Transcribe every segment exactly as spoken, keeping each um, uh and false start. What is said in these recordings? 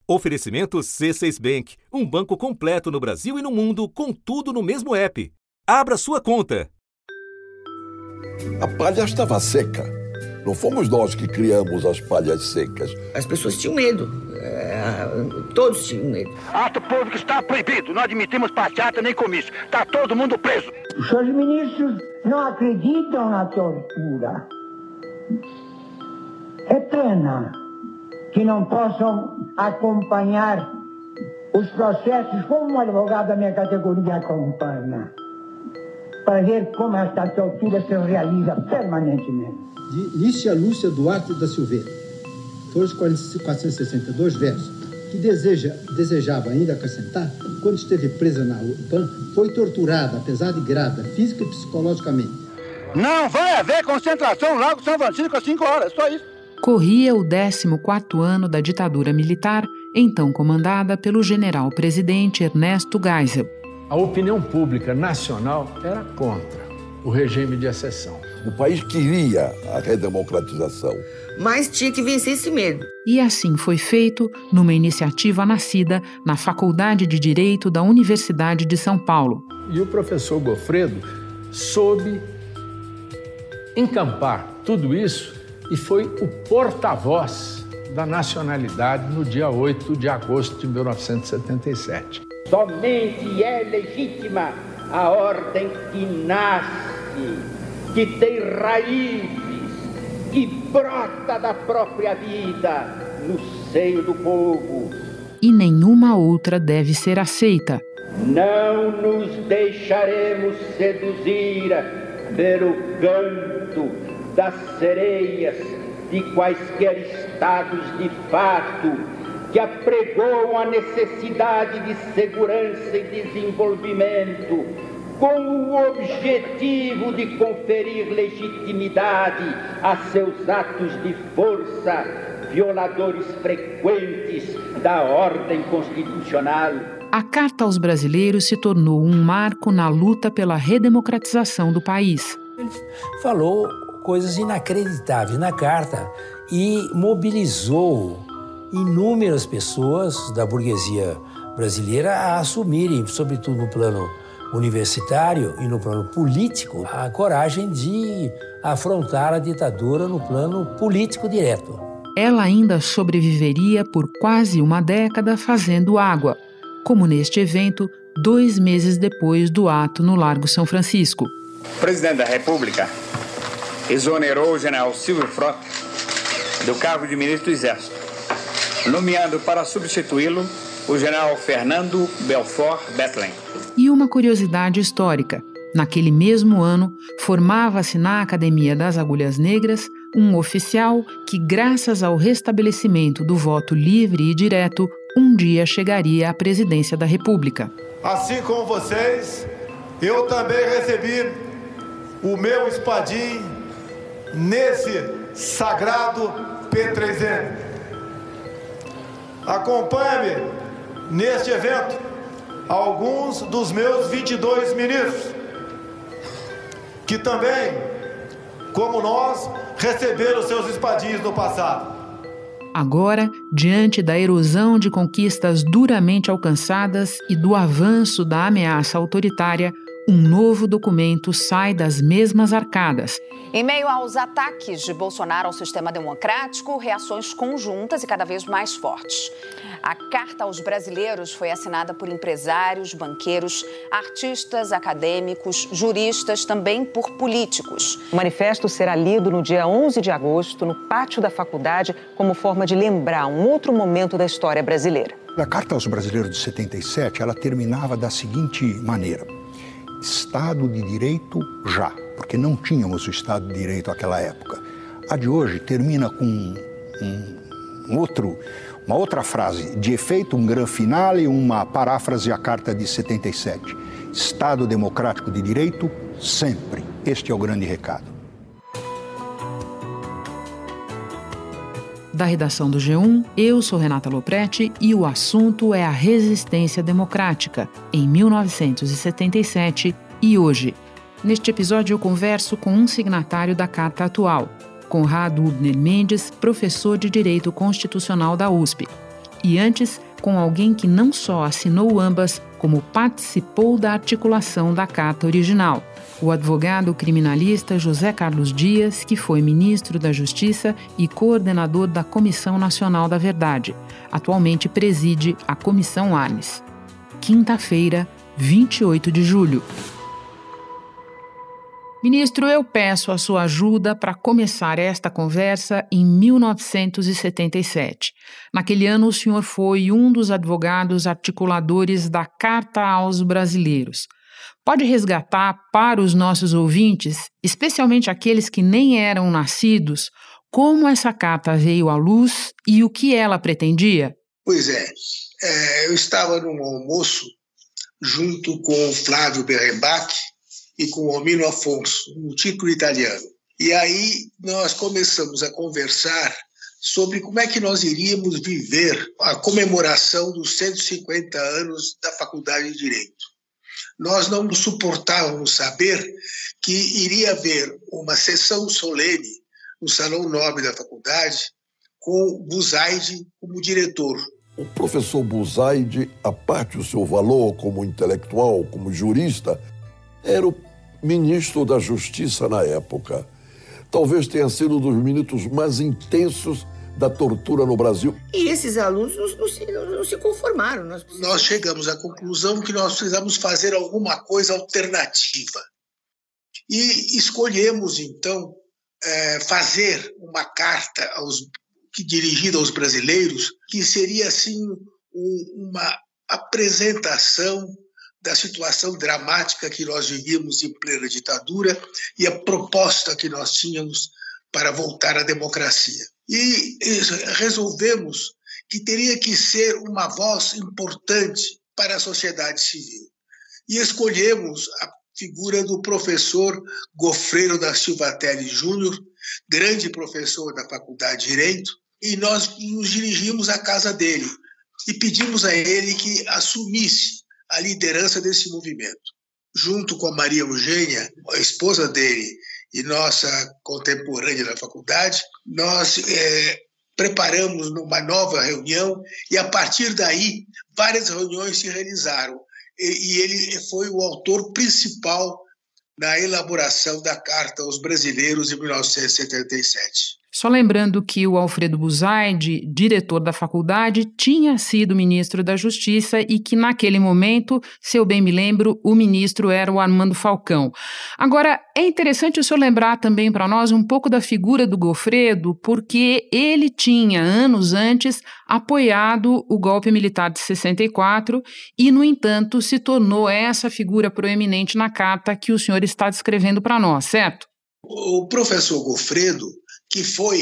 Oferecimento C seis Bank, um banco completo no Brasil e no mundo, com tudo no mesmo app. Abra sua conta. A palha estava seca. Não fomos nós que criamos as palhas secas. As pessoas tinham medo. É, todos tinham medo. Ato público está proibido. Não admitimos passeata nem comício. Está todo mundo preso. Os seus ministros não acreditam na tortura. É pena que não possam acompanhar os processos como um advogado da minha categoria acompanha, para ver como esta tortura se realiza permanentemente. De Lícia Lúcia Duarte da Silveira, folhas quatrocentos e sessenta e dois, versos, que deseja, desejava ainda acrescentar, quando esteve presa na U P A M, foi torturada, apesar de grávida, física e psicologicamente. Não vai haver concentração no Lago São Francisco às cinco horas, só isso. Corria o décimo quarto ano da ditadura militar, então comandada pelo general-presidente Ernesto Geisel. A opinião pública nacional era contra o regime de exceção. O país queria a redemocratização. Mas tinha que vencer esse medo. E assim foi feito numa iniciativa nascida na Faculdade de Direito da Universidade de São Paulo. E o professor Goffredo soube encampar tudo isso e foi o porta-voz da nacionalidade no dia oito de agosto de mil novecentos e setenta e sete. Somente é legítima a ordem que nasce, que tem raízes, que brota da própria vida no seio do povo. E nenhuma outra deve ser aceita. Não nos deixaremos seduzir pelo canto das sereias de quaisquer estados de fato que apregoam a necessidade de segurança e desenvolvimento com o objetivo de conferir legitimidade a seus atos de força, violadores frequentes da ordem constitucional. A Carta aos Brasileiros se tornou um marco na luta pela redemocratização do país. Ele falou coisas inacreditáveis na carta e mobilizou inúmeras pessoas da burguesia brasileira a assumirem, sobretudo no plano universitário e no plano político, a coragem de afrontar a ditadura no plano político direto. Ela ainda sobreviveria por quase uma década fazendo água, como neste evento, dois meses depois do ato no Largo São Francisco. O presidente da República exonerou o general Silvio Frota do cargo de ministro do Exército, nomeando para substituí-lo o general Fernando Belfort Betlen. E uma curiosidade histórica. Naquele mesmo ano, formava-se na Academia das Agulhas Negras um oficial que, graças ao restabelecimento do voto livre e direto, um dia chegaria à presidência da República. Assim como vocês, eu também recebi o meu espadim nesse sagrado P três N. Acompanhe-me neste evento alguns dos meus vinte e dois ministros, que também, como nós, receberam seus espadins no passado. Agora, diante da erosão de conquistas duramente alcançadas e do avanço da ameaça autoritária, um novo documento sai das mesmas arcadas. Em meio aos ataques de Bolsonaro ao sistema democrático, reações conjuntas e cada vez mais fortes. A Carta aos Brasileiros foi assinada por empresários, banqueiros, artistas, acadêmicos, juristas, também por políticos. O manifesto será lido no dia onze de agosto, no pátio da faculdade, como forma de lembrar um outro momento da história brasileira. A Carta aos Brasileiros de setenta e sete, ela terminava da seguinte maneira: Estado de Direito já, porque não tínhamos o Estado de Direito naquela época. A de hoje termina com um, um outro, uma outra frase, de efeito um gran finale, uma paráfrase à Carta de setenta e sete. Estado Democrático de Direito sempre. Este é o grande recado. Da redação do G um, eu sou Renata Lopretti e o assunto é a resistência democrática, em mil novecentos e setenta e sete e hoje. Neste episódio eu converso com um signatário da Carta atual, Conrado Hübner Mendes, professor de Direito Constitucional da U S P. e antes com alguém que não só assinou ambas, como participou da articulação da carta original, o advogado criminalista José Carlos Dias, que foi ministro da Justiça e coordenador da Comissão Nacional da Verdade. Atualmente preside a Comissão Arnes. Quinta-feira, vinte e oito de julho. Ministro, eu peço a sua ajuda para começar esta conversa em mil novecentos e setenta e sete. Naquele ano, o senhor foi um dos advogados articuladores da Carta aos Brasileiros. Pode resgatar para os nossos ouvintes, especialmente aqueles que nem eram nascidos, como essa carta veio à luz e o que ela pretendia? Pois é, é eu estava num almoço junto com o Flávio Berrembach e com o Omino Afonso, um título italiano. E aí nós começamos a conversar sobre como é que nós iríamos viver a comemoração dos cento e cinquenta anos da Faculdade de Direito. Nós não suportávamos saber que iria haver uma sessão solene no Salão Nobre da Faculdade com Buzaide como diretor. O professor Buzaide, a parte do seu valor como intelectual, como jurista, era o ministro da Justiça na época. Talvez tenha sido um dos minutos mais intensos da tortura no Brasil. E esses alunos não, não, se, não, não se conformaram. Nós... nós chegamos à conclusão que nós precisamos fazer alguma coisa alternativa. E escolhemos, então, é, fazer uma carta aos, que, dirigida aos brasileiros, que seria, assim, um, uma apresentação da situação dramática que nós vivíamos em plena ditadura e a proposta que nós tínhamos para voltar à democracia. E resolvemos que teria que ser uma voz importante para a sociedade civil. E escolhemos a figura do professor Gofredo da Silva Teles Júnior, grande professor da Faculdade de Direito, e nós nos dirigimos à casa dele e pedimos a ele que assumisse a liderança desse movimento. Junto com a Maria Eugênia, a esposa dele e nossa contemporânea da faculdade, nós é, preparamos uma nova reunião e, a partir daí, várias reuniões se realizaram. E, e ele foi o autor principal na elaboração da Carta aos Brasileiros em mil novecentos e setenta e sete. Só lembrando que o Alfredo Buzaide, diretor da faculdade, tinha sido ministro da Justiça e que, naquele momento, se eu bem me lembro, o ministro era o Armando Falcão. Agora, é interessante o senhor lembrar também para nós um pouco da figura do Gofredo, porque ele tinha, anos antes, apoiado o golpe militar de sessenta e quatro e, no entanto, se tornou essa figura proeminente na carta que o senhor está descrevendo para nós, certo? O professor Gofredo, que foi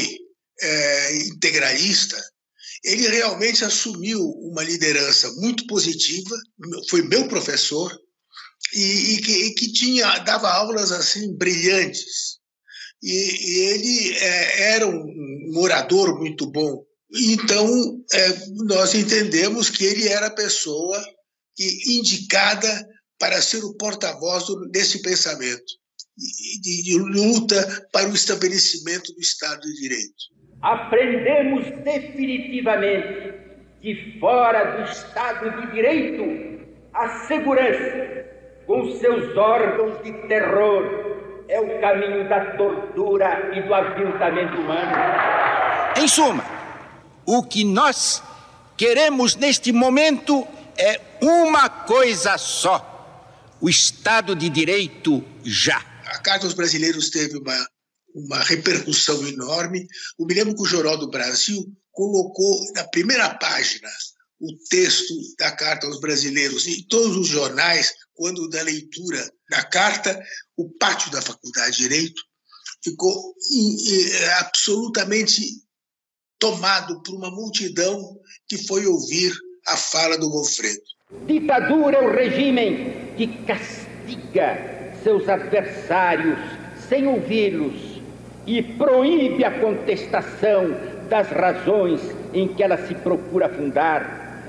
é, integralista, ele realmente assumiu uma liderança muito positiva, foi meu professor, e, e, que, e que tinha, dava aulas assim brilhantes. E, e ele é, era um, um orador muito bom. Então, é, nós entendemos que ele era a pessoa que, indicada para ser o porta-voz desse pensamento. De, de luta para o estabelecimento do Estado de Direito. Aprendemos definitivamente que fora do Estado de Direito, a segurança, com seus órgãos de terror, é o caminho da tortura e do aviltamento humano. Em suma, o que nós queremos neste momento é uma coisa só: o Estado de Direito já. A Carta aos Brasileiros teve uma, uma repercussão enorme. Eu me lembro que o Jornal do Brasil colocou na primeira página o texto da Carta aos Brasileiros. Em todos os jornais, quando da leitura da carta, o pátio da Faculdade de Direito ficou absolutamente tomado por uma multidão que foi ouvir a fala do Gofredo. Ditadura é o regime que castiga seus adversários sem ouvi-los e proíbe a contestação das razões em que ela se procura fundar.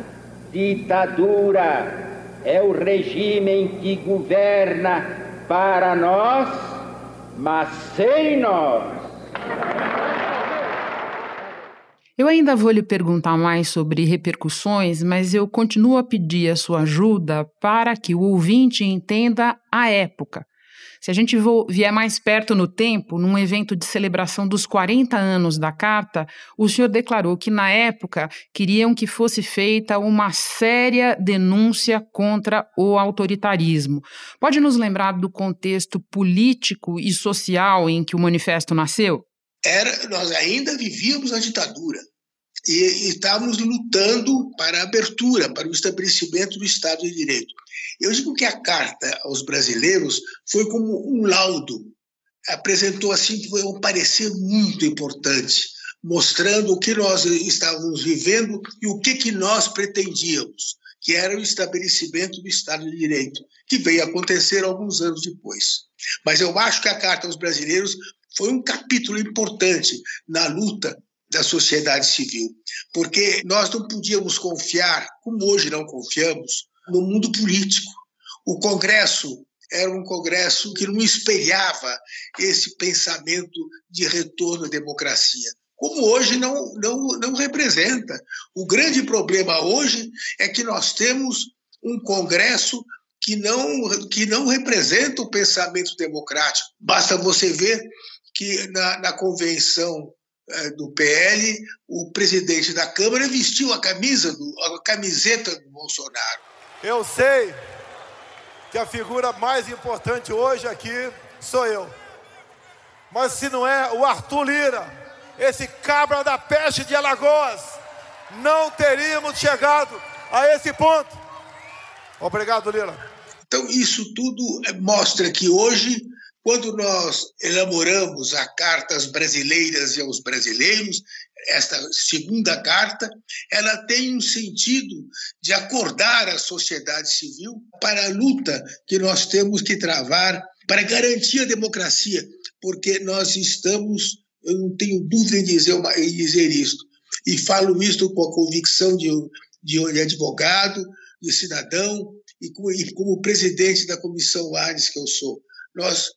Ditadura é o regime que governa para nós, mas sem nós. Eu ainda vou lhe perguntar mais sobre repercussões, mas eu continuo a pedir a sua ajuda para que o ouvinte entenda a época. Se a gente vier mais perto no tempo, num evento de celebração dos quarenta anos da Carta, o senhor declarou que, na época, queriam que fosse feita uma séria denúncia contra o autoritarismo. Pode nos lembrar do contexto político e social em que o manifesto nasceu? Era, nós ainda vivíamos a ditadura e, e estávamos lutando para a abertura, para o estabelecimento do Estado de Direito. Eu digo que a Carta aos brasileiros foi como um laudo, apresentou assim um parecer muito importante, mostrando o que nós estávamos vivendo e o que, que nós pretendíamos, que era o estabelecimento do Estado de Direito, que veio acontecer alguns anos depois. Mas eu acho que a Carta aos brasileiros foi um capítulo importante na luta da sociedade civil, porque nós não podíamos confiar, como hoje não confiamos, no mundo político. O Congresso era um Congresso que não espelhava esse pensamento de retorno à democracia, como hoje não, não, não representa. O grande problema hoje é que nós temos um Congresso que não, que não representa o pensamento democrático. Basta você ver que na, na convenção eh, do P L, o presidente da Câmara vestiu a camisa, do, a camiseta do Bolsonaro. Eu sei que a figura mais importante hoje aqui sou eu. Mas se não é o Arthur Lira, esse cabra da peste de Alagoas, não teríamos chegado a esse ponto. Obrigado, Lira. Então, isso tudo mostra que hoje, quando nós elaboramos a Carta às Brasileiras e aos Brasileiros, esta segunda carta, ela tem um sentido de acordar a sociedade civil para a luta que nós temos que travar para garantir a democracia, porque nós estamos, eu não tenho dúvida em dizer, em dizer isso, e falo isso com a convicção de, de advogado, de cidadão, e como, e como presidente da Comissão Ares que eu sou. Nós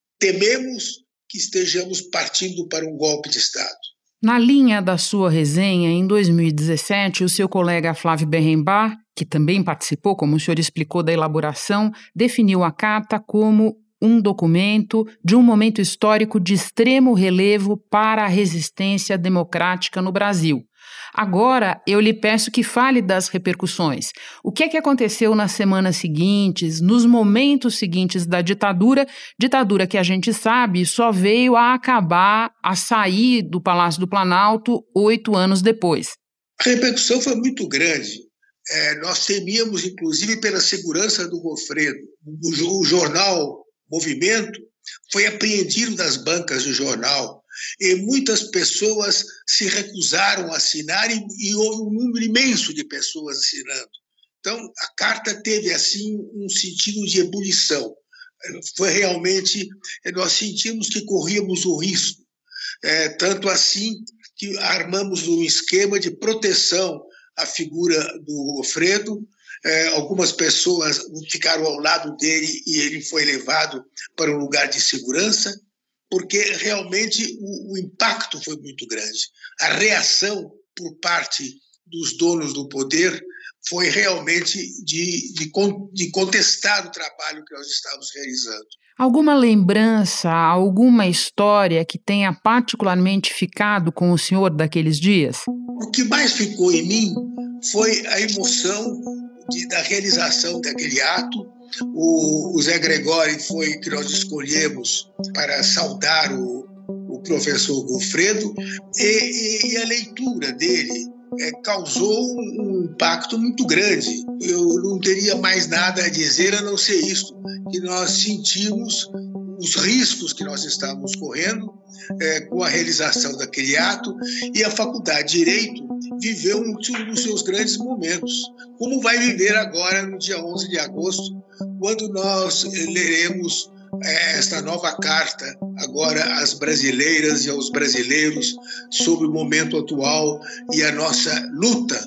tememos que estejamos partindo para um golpe de Estado. Na linha da sua resenha, em dois mil e dezessete, o seu colega Flávio Berrembar, que também participou, como o senhor explicou, da elaboração, definiu a carta como um documento de um momento histórico de extremo relevo para a resistência democrática no Brasil. Agora, eu lhe peço que fale das repercussões. O que é que aconteceu nas semanas seguintes, nos momentos seguintes da ditadura, ditadura que a gente sabe só veio a acabar, a sair do Palácio do Planalto oito anos depois? A repercussão foi muito grande. É, nós temíamos, inclusive, pela segurança do Gofredo. O, o jornal Movimento foi apreendido das bancas do jornal. E muitas pessoas se recusaram a assinar e, e houve um número imenso de pessoas assinando. Então, a carta teve, assim, um sentido de ebulição. Foi realmente, nós sentimos que corríamos o risco. É, tanto assim que armamos um esquema de proteção à figura do Gofredo. É, algumas pessoas ficaram ao lado dele e ele foi levado para um lugar de segurança, porque realmente o, o impacto foi muito grande. A reação por parte dos donos do poder foi realmente de, de, de contestar o trabalho que nós estávamos realizando. Alguma lembrança, alguma história que tenha particularmente ficado com o senhor daqueles dias? O que mais ficou em mim foi a emoção de, da realização daquele ato. O, o Zé Gregório foi que nós escolhemos para saudar o, o professor Gofredo, e, e, e a leitura dele é, causou um impacto muito grande. Eu não teria mais nada a dizer a não ser isso, que nós sentimos os riscos que nós estávamos correndo é, com a realização daquele ato, e a Faculdade de Direito viveu um dos seus grandes momentos, como vai viver agora no dia onze de agosto, quando nós leremos é, esta nova carta, agora às brasileiras e aos brasileiros, sobre o momento atual e a nossa luta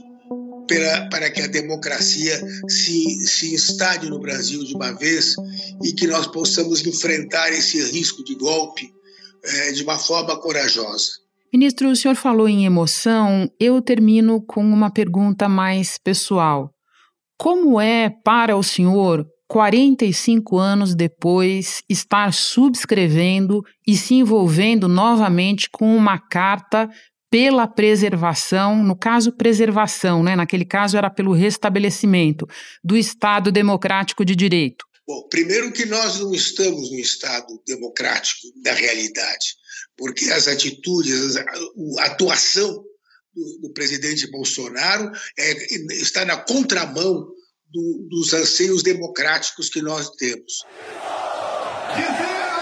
para, para que a democracia se, se instale no Brasil de uma vez e que nós possamos enfrentar esse risco de golpe é, de uma forma corajosa. Ministro, o senhor falou em emoção, eu termino com uma pergunta mais pessoal. Como é para o senhor, quarenta e cinco anos depois, estar subscrevendo e se envolvendo novamente com uma carta pela preservação, no caso preservação, né? Naquele caso era pelo restabelecimento do Estado Democrático de Direito? Bom, primeiro que nós não estamos no Estado democrático da realidade, porque as atitudes, a atuação do, do presidente Bolsonaro é, está na contramão do, dos anseios democráticos que nós temos. Dizer a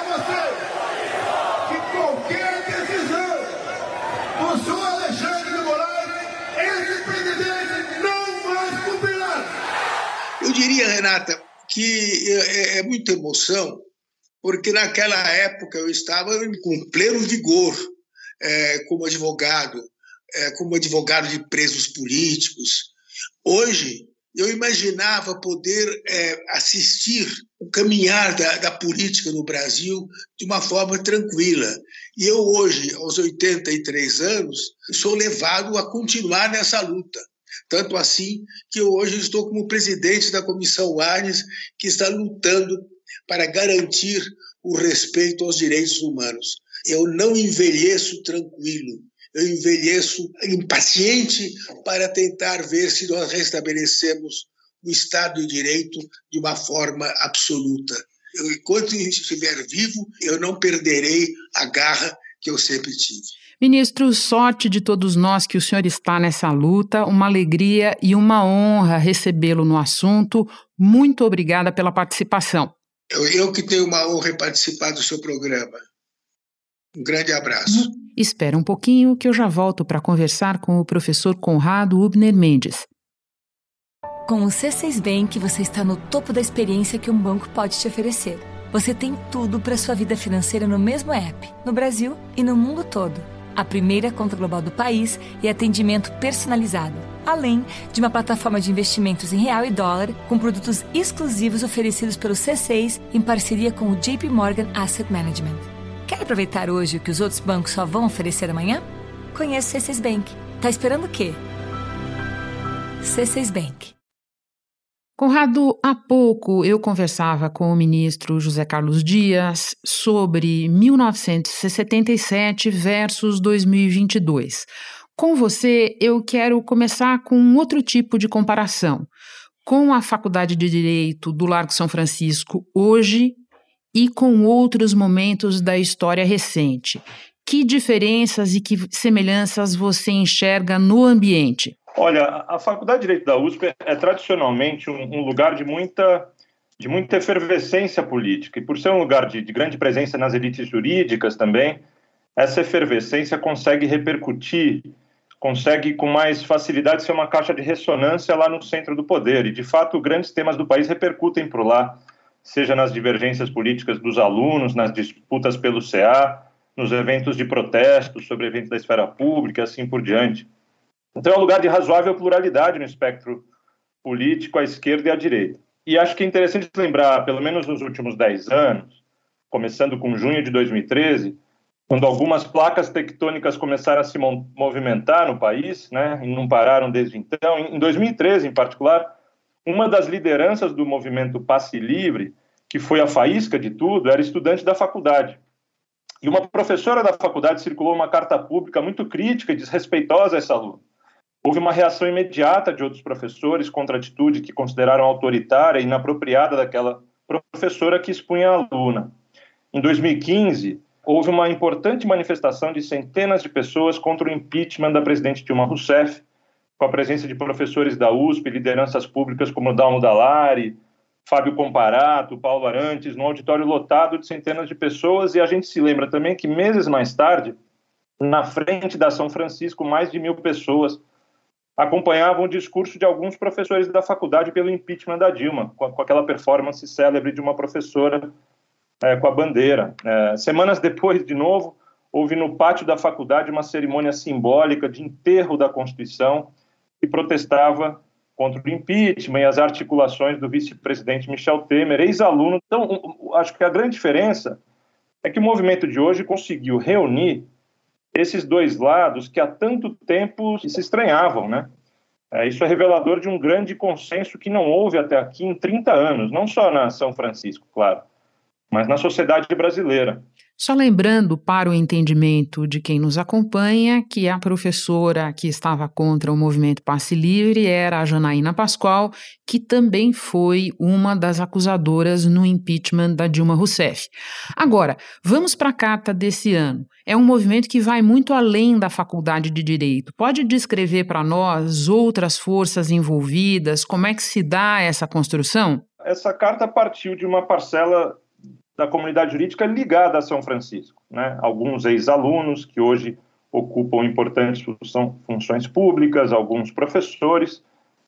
você que qualquer decisão do senhor Alexandre de Moraes, esse presidente não vai cumprirá. Eu diria, Renata, que é, é muita emoção, porque naquela época eu estava com pleno vigor é, como advogado, é, como advogado de presos políticos. Hoje, eu imaginava poder é, assistir o caminhar da, da política no Brasil de uma forma tranquila. E eu hoje, aos oitenta e três anos, sou levado a continuar nessa luta. Tanto assim que eu hoje estou como presidente da Comissão Arnes, que está lutando para garantir o respeito aos direitos humanos. Eu não envelheço tranquilo, eu envelheço impaciente para tentar ver se nós restabelecemos o Estado de Direito de uma forma absoluta. Eu, enquanto estiver vivo, eu não perderei a garra que eu sempre tive. Ministro, sorte de todos nós que o senhor está nessa luta, uma alegria e uma honra recebê-lo no assunto. Muito obrigada pela participação. Eu, eu que tenho uma honra em participar do seu programa. Um grande abraço. Espera um pouquinho que eu já volto para conversar com o professor Conrado Hübner Mendes. Com o C seis Bank, você está no topo da experiência que um banco pode te oferecer. Você tem tudo para sua vida financeira no mesmo app, no Brasil e no mundo todo. A primeira conta global do país e atendimento personalizado, além de uma plataforma de investimentos em real e dólar com produtos exclusivos oferecidos pelo C seis em parceria com o J P Morgan Asset Management. Quer aproveitar hoje o que os outros bancos só vão oferecer amanhã? Conheça o C seis Bank. Tá esperando o quê? C seis Bank. Conrado, há pouco eu conversava com o ministro José Carlos Dias sobre mil novecentos e setenta e sete versus dois mil e vinte e dois. Com você, eu quero começar com um outro tipo de comparação, com a Faculdade de Direito do Largo São Francisco hoje e com outros momentos da história recente. Que diferenças e que semelhanças você enxerga no ambiente? Olha, a Faculdade de Direito da U S P é tradicionalmente um, um lugar de muita, de muita efervescência política. E por ser um lugar de, de grande presença nas elites jurídicas também, essa efervescência consegue repercutir, consegue com mais facilidade ser uma caixa de ressonância lá no centro do poder. E, de fato, grandes temas do país repercutem por lá, seja nas divergências políticas dos alunos, nas disputas pelo C A, nos eventos de protesto sobre eventos da esfera pública e assim por diante. Então, é um lugar de razoável pluralidade no espectro político, à esquerda e à direita. E acho que é interessante lembrar, pelo menos nos últimos dez anos, começando com junho de dois mil e treze, quando algumas placas tectônicas começaram a se movimentar no país, né, e não pararam desde então. Em dois mil e treze, em particular, uma das lideranças do movimento Passe Livre, que foi a faísca de tudo, era estudante da faculdade. E uma professora da faculdade circulou uma carta pública muito crítica e desrespeitosa a essa aluna. Houve uma reação imediata de outros professores contra a atitude que consideraram autoritária e inapropriada daquela professora que expunha a aluna. Em dois mil e quinze, houve uma importante manifestação de centenas de pessoas contra o impeachment da presidente Dilma Rousseff, com a presença de professores da U S P, lideranças públicas como Dalmo Dallari, Fábio Comparato, Paulo Arantes, num auditório lotado de centenas de pessoas. E a gente se lembra também que meses mais tarde, na frente da São Francisco, mais de mil pessoas acompanhavam o discurso de alguns professores da faculdade pelo impeachment da Dilma, com, com aquela performance célebre de uma professora é, com a bandeira. É, semanas depois, de novo, houve no pátio da faculdade uma cerimônia simbólica de enterro da Constituição que protestava contra o impeachment e as articulações do vice-presidente Michel Temer, ex-aluno. Então, acho que a grande diferença é que o movimento de hoje conseguiu reunir esses dois lados que há tanto tempo se estranhavam, né? É, isso é revelador de um grande consenso que não houve até aqui em trinta anos, não só na São Francisco, claro, mas na sociedade brasileira. Só lembrando para o entendimento de quem nos acompanha que a professora que estava contra o movimento Passe Livre era a Janaína Pascoal, que também foi uma das acusadoras no impeachment da Dilma Rousseff. Agora, vamos para a carta desse ano. É um movimento que vai muito além da Faculdade de Direito. Pode descrever para nós outras forças envolvidas? Como é que se dá essa construção? Essa carta partiu de uma parcela da comunidade jurídica ligada a São Francisco, né? Alguns ex-alunos que hoje ocupam importantes função, funções públicas, alguns professores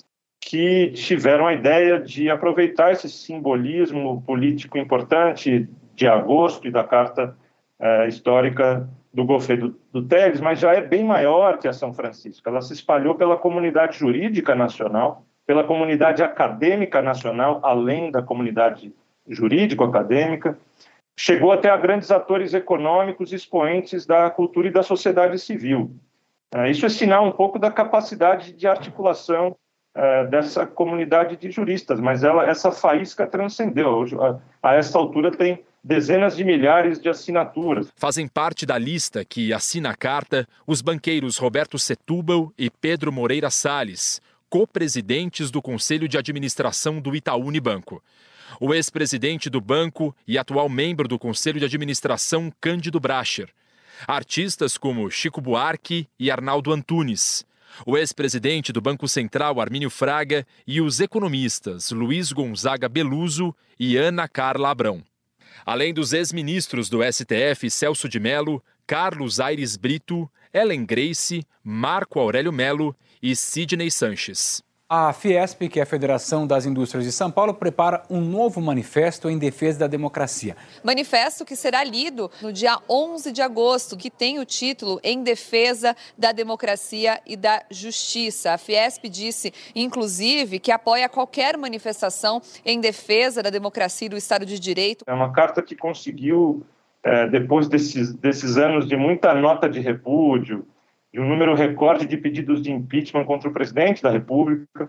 que tiveram a ideia de aproveitar esse simbolismo político importante de agosto e da Carta eh, Histórica do Goffredo do Teles, mas já é bem maior que a São Francisco. Ela se espalhou pela comunidade jurídica nacional, pela comunidade acadêmica nacional, além da comunidade jurídico-acadêmica, chegou até a grandes atores econômicos, expoentes da cultura e da sociedade civil. Isso é sinal um pouco da capacidade de articulação dessa comunidade de juristas, mas ela, essa faísca transcendeu. A, a esta altura tem dezenas de milhares de assinaturas. Fazem parte da lista que assina a carta os banqueiros Roberto Setúbal e Pedro Moreira Salles, co-presidentes do Conselho de Administração do Itaú Unibanco. O ex-presidente do banco e atual membro do Conselho de Administração, Cândido Bracher. Artistas como Chico Buarque e Arnaldo Antunes. O ex-presidente do Banco Central, Armínio Fraga, e os economistas Luiz Gonzaga Beluso e Ana Carla Abrão. Além dos ex-ministros do S T F, Celso de Mello, Carlos Aires Brito, Ellen Grace, Marco Aurélio Melo e Sidney Sanches. A Fiesp, que é a Federação das Indústrias de São Paulo, prepara um novo manifesto em defesa da democracia. Manifesto que será lido no dia onze de agosto, que tem o título Em Defesa da Democracia e da Justiça. A Fiesp disse, inclusive, que apoia qualquer manifestação em defesa da democracia e do Estado de Direito. É uma carta que conseguiu, é, depois desses, desses anos de muita nota de repúdio, de um número recorde de pedidos de impeachment contra o presidente da República,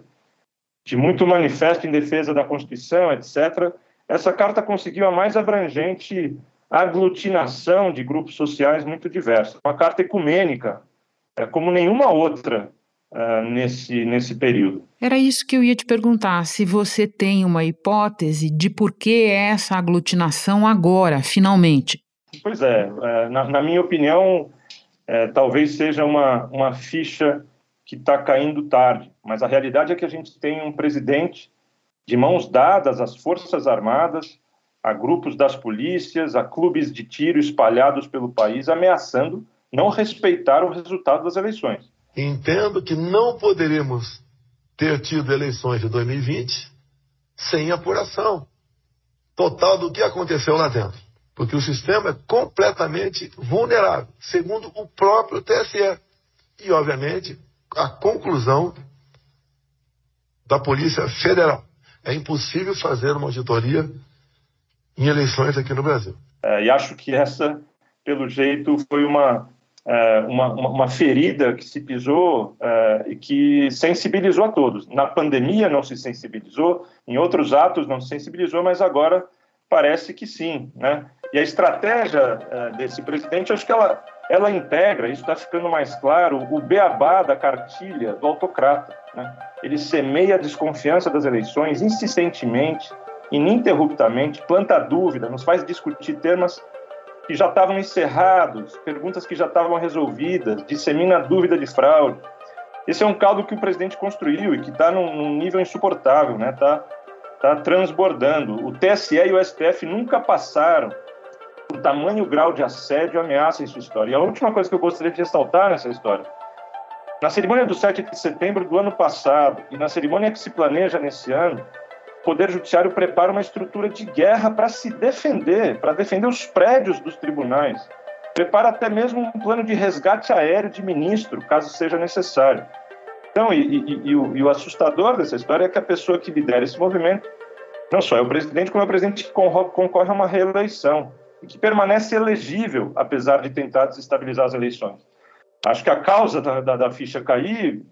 de muito manifesto em defesa da Constituição, etcétera, essa carta conseguiu a mais abrangente aglutinação de grupos sociais muito diversos. Uma carta ecumênica, é, como nenhuma outra uh, nesse, nesse período. Era isso que eu ia te perguntar, se você tem uma hipótese de por que essa aglutinação agora, finalmente. Pois é, na, na minha opinião, É, talvez seja uma, uma ficha que está caindo tarde, mas a realidade é que a gente tem um presidente de mãos dadas às Forças Armadas, a grupos das polícias, a clubes de tiro espalhados pelo país, ameaçando não respeitar o resultado das eleições. Entendo que não poderíamos ter tido eleições de dois mil e vinte sem apuração total do que aconteceu lá dentro. Porque o sistema é completamente vulnerável, segundo o próprio T S E. E, obviamente, a conclusão da Polícia Federal. É impossível fazer uma auditoria em eleições aqui no Brasil. É, e acho que essa, pelo jeito, foi uma, é, uma, uma ferida que se pisou é, e que sensibilizou a todos. Na pandemia não se sensibilizou, em outros atos não se sensibilizou, mas agora parece que sim, né? E a estratégia uh, desse presidente, acho que ela, ela integra, isso está ficando mais claro, o beabá da cartilha do autocrata, né? Ele semeia a desconfiança das eleições insistentemente, ininterruptamente, planta dúvida, nos faz discutir temas que já estavam encerrados, perguntas que já estavam resolvidas, dissemina dúvida de fraude. Esse é um caldo que o presidente construiu e que está num, num nível insuportável, né? Está tá transbordando. O T S E e o S T F nunca passaram por tamanho grau de assédio e ameaça em sua história. E a última coisa que eu gostaria de ressaltar nessa história, na cerimônia do sete de setembro do ano passado e na cerimônia que se planeja nesse ano, o Poder Judiciário prepara uma estrutura de guerra para se defender, para defender os prédios dos tribunais. Prepara até mesmo um plano de resgate aéreo de ministro, caso seja necessário. Então, e, e, e, o, e o assustador dessa história é que a pessoa que lidera esse movimento não só é o presidente, como é o presidente que concorre a uma reeleição. e que permanece elegível, apesar de tentar desestabilizar as eleições. Acho que a causa da, da, da ficha cair,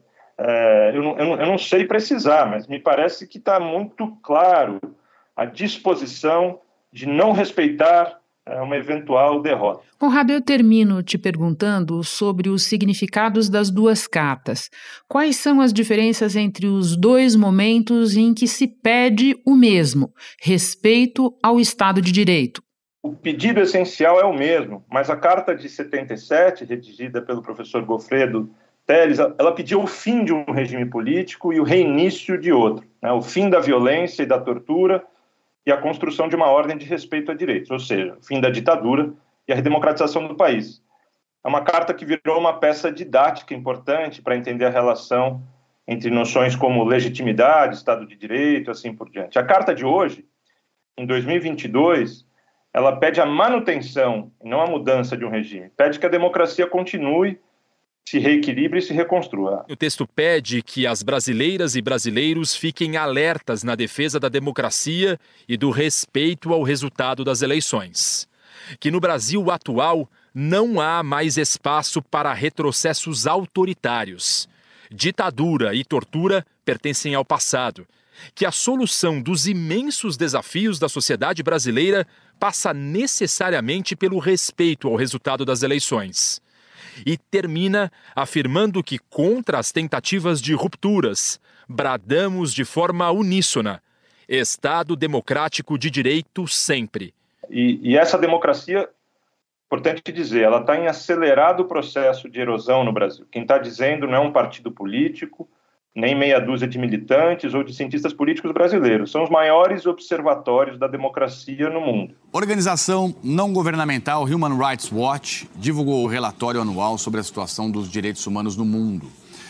é, eu, não, eu, não, eu não sei precisar, mas me parece que está muito claro a disposição de não respeitar é, uma eventual derrota. Conrado, eu termino te perguntando sobre os significados das duas cartas. Quais são as diferenças entre os dois momentos em que se pede o mesmo, respeito ao Estado de Direito? O pedido essencial é o mesmo, mas a carta de setenta e sete, redigida pelo professor Goffredo Teles, ela pediu o fim de um regime político e o reinício de outro, né? O fim da violência e da tortura e a construção de uma ordem de respeito a direitos, ou seja, o fim da ditadura e a redemocratização do país. É uma carta que virou uma peça didática importante para entender a relação entre noções como legitimidade, Estado de Direito, assim por diante. A carta de hoje, em dois mil e vinte e dois, ela pede a manutenção, não a mudança de um regime. Pede que a democracia continue, se reequilibre e se reconstrua. O texto pede que as brasileiras e brasileiros fiquem alertas na defesa da democracia e do respeito ao resultado das eleições. Que no Brasil atual não há mais espaço para retrocessos autoritários. Ditadura e tortura pertencem ao passado. Que a solução dos imensos desafios da sociedade brasileira passa necessariamente pelo respeito ao resultado das eleições. E termina afirmando que, contra as tentativas de rupturas, bradamos de forma uníssona: Estado democrático de direito sempre. E, e essa democracia, importante dizer, ela está em acelerado processo de erosão no Brasil. Quem está dizendo não é um partido político, nem meia dúzia de militantes ou de cientistas políticos brasileiros. São os maiores observatórios da democracia no mundo. A organização não governamental Human Rights Watch divulgou o relatório anual sobre a situação dos direitos humanos no mundo.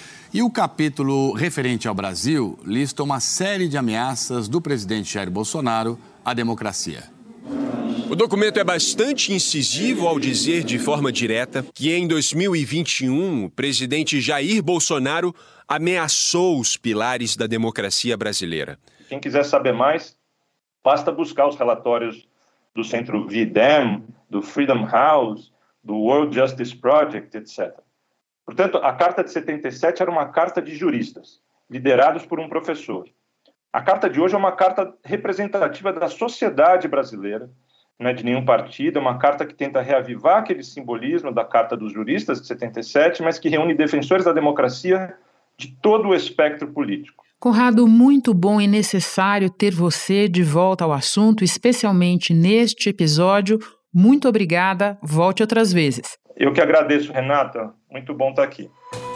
E o capítulo referente ao Brasil lista uma série de ameaças do presidente Jair Bolsonaro à democracia. O documento é bastante incisivo ao dizer de forma direta que em dois mil e vinte e um o presidente Jair Bolsonaro ameaçou os pilares da democracia brasileira. Quem quiser saber mais, basta buscar os relatórios do Centro V D E M, do Freedom House, do World Justice Project, etcétera. Portanto, a Carta de setenta e sete era uma carta de juristas, liderados por um professor. A carta de hoje é uma carta representativa da sociedade brasileira, não é de nenhum partido, é uma carta que tenta reavivar aquele simbolismo da Carta dos Juristas de setenta e sete, mas que reúne defensores da democracia de todo o espectro político. Conrado, muito bom e necessário ter você de volta ao assunto, especialmente neste episódio. Muito obrigada, volte outras vezes. Eu que agradeço, Renata, muito bom estar aqui.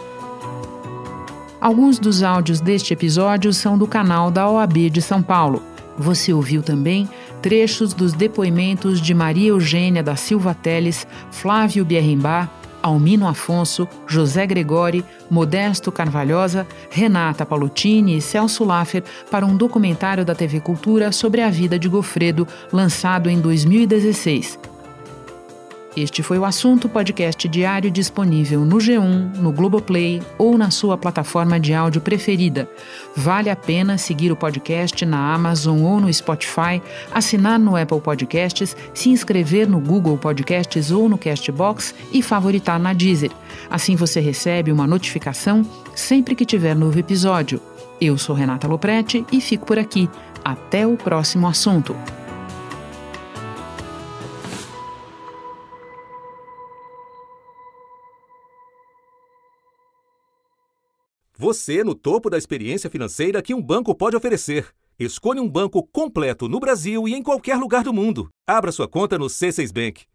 Alguns dos áudios deste episódio são do canal da O A B de São Paulo. Você ouviu também trechos dos depoimentos de Maria Eugênia da Silva Teles, Flávio Bierrembach, Almino Afonso, José Gregori, Modesto Carvalhosa, Renata Pallottini e Celso Laffer para um documentário da T V Cultura sobre a vida de Goffredo, lançado em dois mil e dezesseis. Este foi o Assunto, podcast diário disponível no G um, no Globoplay ou na sua plataforma de áudio preferida. Vale a pena seguir o podcast na Amazon ou no Spotify, assinar no Apple Podcasts, se inscrever no Google Podcasts ou no Castbox e favoritar na Deezer. Assim você recebe uma notificação sempre que tiver novo episódio. Eu sou Renata Loprete e fico por aqui. Até o próximo assunto. Você no topo da experiência financeira que um banco pode oferecer. Escolha um banco completo no Brasil e em qualquer lugar do mundo. Abra sua conta no C seis Bank.